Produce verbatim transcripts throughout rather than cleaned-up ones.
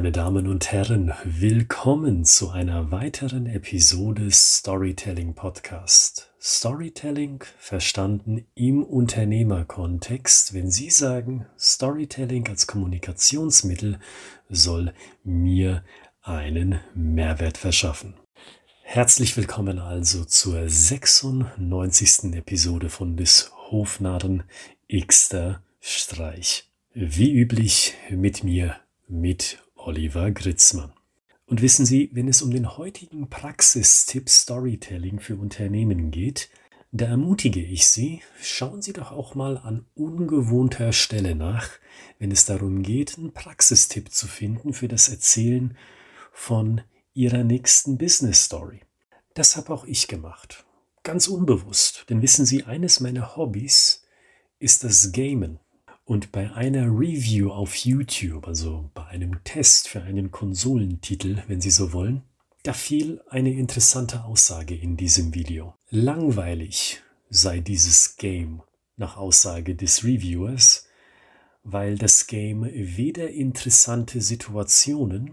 Meine Damen und Herren, willkommen zu einer weiteren Episode Storytelling Podcast. Storytelling verstanden im Unternehmerkontext, wenn Sie sagen, Storytelling als Kommunikationsmittel soll mir einen Mehrwert verschaffen. Herzlich willkommen also zur sechsundneunzigsten Episode von des Hofnarren Xter Streich. Wie üblich mit mir, mit Oliver Gritzmann. Und wissen Sie, wenn es um den heutigen Praxistipp Storytelling für Unternehmen geht, da ermutige ich Sie, schauen Sie doch auch mal an ungewohnter Stelle nach, wenn es darum geht, einen Praxistipp zu finden für das Erzählen von Ihrer nächsten Business Story. Das habe auch ich gemacht. Ganz unbewusst, denn wissen Sie, eines meiner Hobbys ist das Gamen. Und bei einer Review auf YouTube, also bei einem Test für einen Konsolentitel, wenn Sie so wollen, da fiel eine interessante Aussage in diesem Video. Langweilig sei dieses Game nach Aussage des Reviewers, weil das Game weder interessante Situationen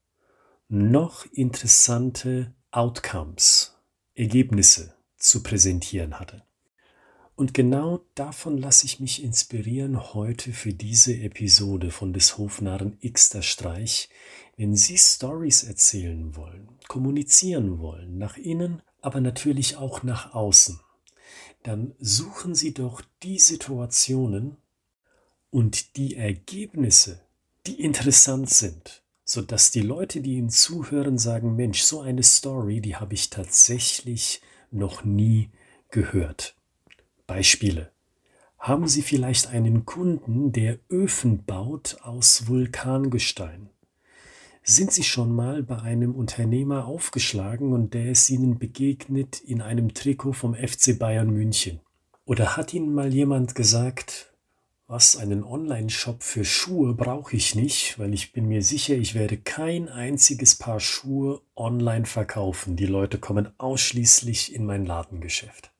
noch interessante Outcomes, Ergebnisse zu präsentieren hatte. Und genau davon lasse ich mich inspirieren heute für diese Episode von des Hofnarren Xter Streich. Wenn Sie Stories erzählen wollen, kommunizieren wollen, nach innen, aber natürlich auch nach außen, dann suchen Sie doch die Situationen und die Ergebnisse, die interessant sind, sodass die Leute, die Ihnen zuhören, sagen, Mensch, so eine Story, die habe ich tatsächlich noch nie gehört. Beispiele. Haben Sie vielleicht einen Kunden, der Öfen baut aus Vulkangestein? Sind Sie schon mal bei einem Unternehmer aufgeschlagen und der ist Ihnen begegnet in einem Trikot vom F C Bayern München? Oder hat Ihnen mal jemand gesagt, was, einen Online-Shop für Schuhe brauche ich nicht, weil ich bin mir sicher, ich werde kein einziges Paar Schuhe online verkaufen. Die Leute kommen ausschließlich in mein Ladengeschäft.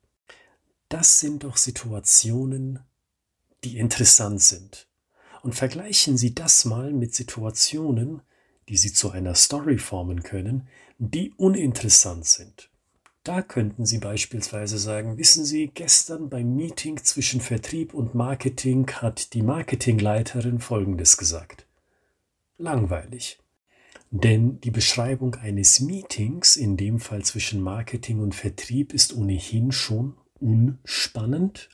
Das sind doch Situationen, die interessant sind. Und vergleichen Sie das mal mit Situationen, die Sie zu einer Story formen können, die uninteressant sind. Da könnten Sie beispielsweise sagen, wissen Sie, gestern beim Meeting zwischen Vertrieb und Marketing hat die Marketingleiterin Folgendes gesagt. Langweilig. Denn die Beschreibung eines Meetings, in dem Fall zwischen Marketing und Vertrieb, ist ohnehin schon unspannend.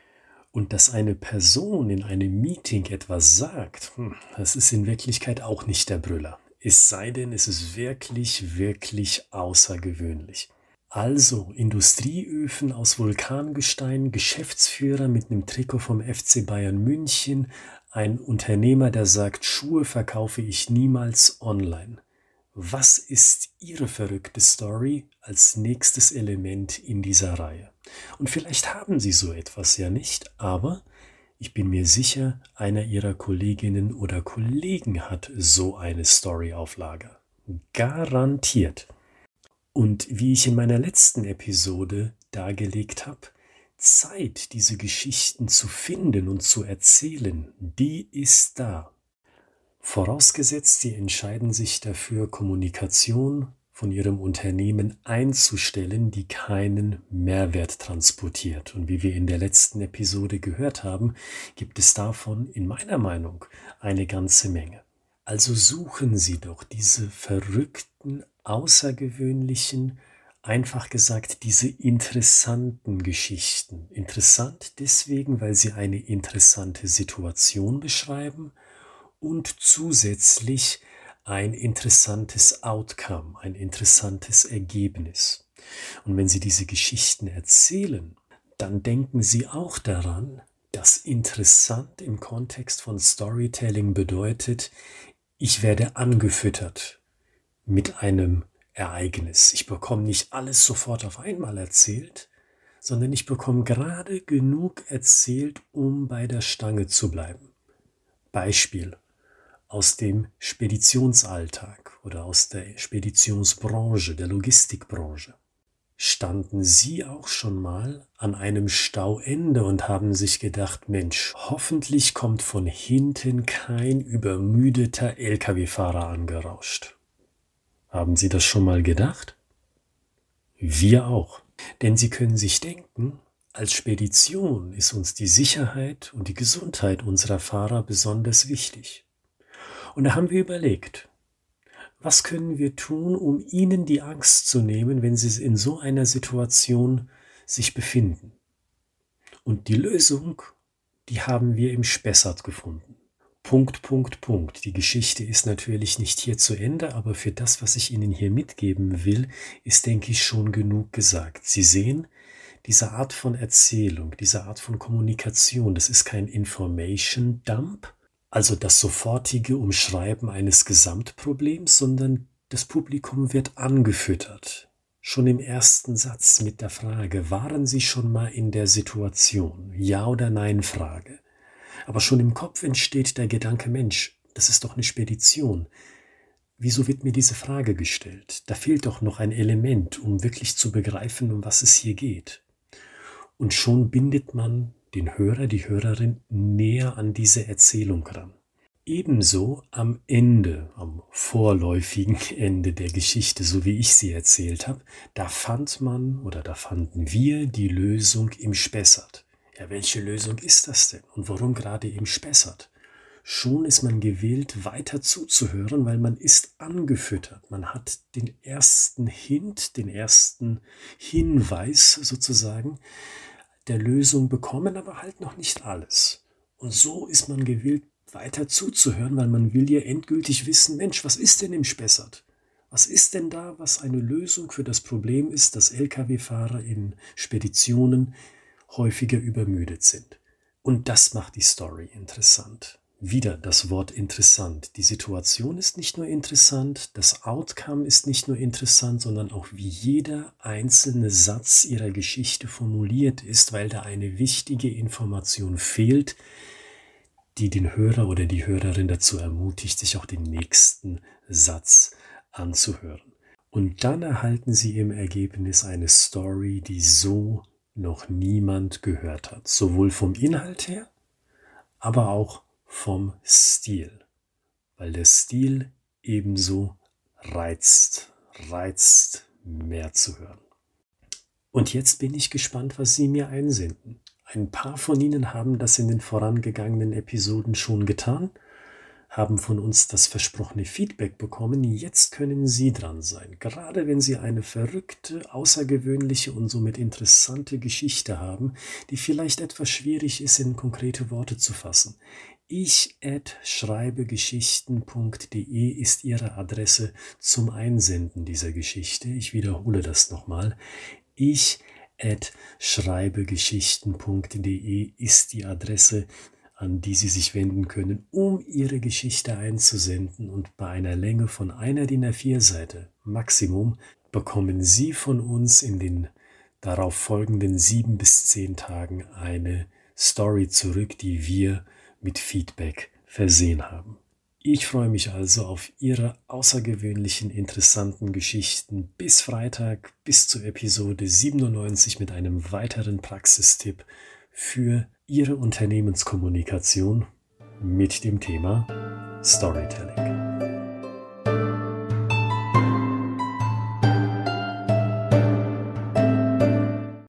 Und dass eine Person in einem Meeting etwas sagt, das ist in Wirklichkeit auch nicht der Brüller. Es sei denn, es ist wirklich, wirklich außergewöhnlich. Also Industrieöfen aus Vulkangestein, Geschäftsführer mit einem Trikot vom F C Bayern München, ein Unternehmer, der sagt, Schuhe verkaufe ich niemals online. Was ist Ihre verrückte Story als nächstes Element in dieser Reihe? Und vielleicht haben Sie so etwas ja nicht, aber ich bin mir sicher, einer Ihrer Kolleginnen oder Kollegen hat so eine Story auf Lager. Garantiert. Und wie ich in meiner letzten Episode dargelegt habe, Zeit, diese Geschichten zu finden und zu erzählen, die ist da. Vorausgesetzt, Sie entscheiden sich dafür, Kommunikation von Ihrem Unternehmen einzustellen, die keinen Mehrwert transportiert. Und wie wir in der letzten Episode gehört haben, gibt es davon in meiner Meinung eine ganze Menge. Also suchen Sie doch diese verrückten, außergewöhnlichen, einfach gesagt, diese interessanten Geschichten. Interessant deswegen, weil sie eine interessante Situation beschreiben und zusätzlich ein interessantes Outcome, ein interessantes Ergebnis. Und wenn Sie diese Geschichten erzählen, dann denken Sie auch daran, dass interessant im Kontext von Storytelling bedeutet, ich werde angefüttert mit einem Ereignis. Ich bekomme nicht alles sofort auf einmal erzählt, sondern ich bekomme gerade genug erzählt, um bei der Stange zu bleiben. Beispiel aus dem Speditionsalltag oder aus der Speditionsbranche, der Logistikbranche. Standen Sie auch schon mal an einem Stauende und haben sich gedacht, Mensch, hoffentlich kommt von hinten kein übermüdeter L K W-Fahrer angerauscht? Haben Sie das schon mal gedacht? Wir auch. Denn Sie können sich denken, als Spedition ist uns die Sicherheit und die Gesundheit unserer Fahrer besonders wichtig. Und da haben wir überlegt, was können wir tun, um ihnen die Angst zu nehmen, wenn sie in so einer Situation sich befinden? Und die Lösung, die haben wir im Spessart gefunden. Punkt, Punkt, Punkt. Die Geschichte ist natürlich nicht hier zu Ende, aber für das, was ich Ihnen hier mitgeben will, ist, denke ich, schon genug gesagt. Sie sehen, diese Art von Erzählung, diese Art von Kommunikation, das ist kein Information Dump, also das sofortige Umschreiben eines Gesamtproblems, sondern das Publikum wird angefüttert. Schon im ersten Satz mit der Frage, waren Sie schon mal in der Situation? Ja oder nein Frage. Aber schon im Kopf entsteht der Gedanke, Mensch, das ist doch eine Spedition. Wieso wird mir diese Frage gestellt? Da fehlt doch noch ein Element, um wirklich zu begreifen, um was es hier geht. Und schon bindet man den Hörer, die Hörerin näher an diese Erzählung ran. Ebenso am Ende, am vorläufigen Ende der Geschichte, so wie ich sie erzählt habe, da fand man oder da fanden wir die Lösung im Spessart. Ja, welche Lösung ist das denn? Und warum gerade im Spessart? Schon ist man gewillt, weiter zuzuhören, weil man ist angefüttert. Man hat den ersten Hint, den ersten Hinweis sozusagen der Lösung bekommen, aber halt noch nicht alles. Und so ist man gewillt, weiter zuzuhören, weil man will ja endgültig wissen, Mensch, was ist denn im Spessart? Was ist denn da, was eine Lösung für das Problem ist, dass L K W-Fahrer in Speditionen häufiger übermüdet sind? Und das macht die Story interessant. Wieder das Wort interessant. Die Situation ist nicht nur interessant, das Outcome ist nicht nur interessant, sondern auch wie jeder einzelne Satz ihrer Geschichte formuliert ist, weil da eine wichtige Information fehlt, die den Hörer oder die Hörerin dazu ermutigt, sich auch den nächsten Satz anzuhören. Und dann erhalten Sie im Ergebnis eine Story, die so noch niemand gehört hat. Sowohl vom Inhalt her, aber auch vom Stil, weil der Stil ebenso reizt, reizt, mehr zu hören. Und jetzt bin ich gespannt, was Sie mir einsenden. Ein paar von Ihnen haben das in den vorangegangenen Episoden schon getan, haben von uns das versprochene Feedback bekommen. Jetzt können Sie dran sein. Gerade wenn Sie eine verrückte, außergewöhnliche und somit interessante Geschichte haben, die vielleicht etwas schwierig ist, in konkrete Worte zu fassen. ich at schreibegeschichten punkt de ist Ihre Adresse zum Einsenden dieser Geschichte. Ich wiederhole das nochmal. ich at schreibegeschichten punkt de ist die Adresse, an die Sie sich wenden können, um Ihre Geschichte einzusenden. Und bei einer Länge von einer D I N A vier Seite Maximum bekommen Sie von uns in den darauf folgenden sieben bis zehn Tagen eine Story zurück, die wir mit Feedback versehen haben. Ich freue mich also auf Ihre außergewöhnlichen, interessanten Geschichten bis Freitag, bis zur Episode siebenundneunzig mit einem weiteren Praxistipp für Ihre Unternehmenskommunikation mit dem Thema Storytelling.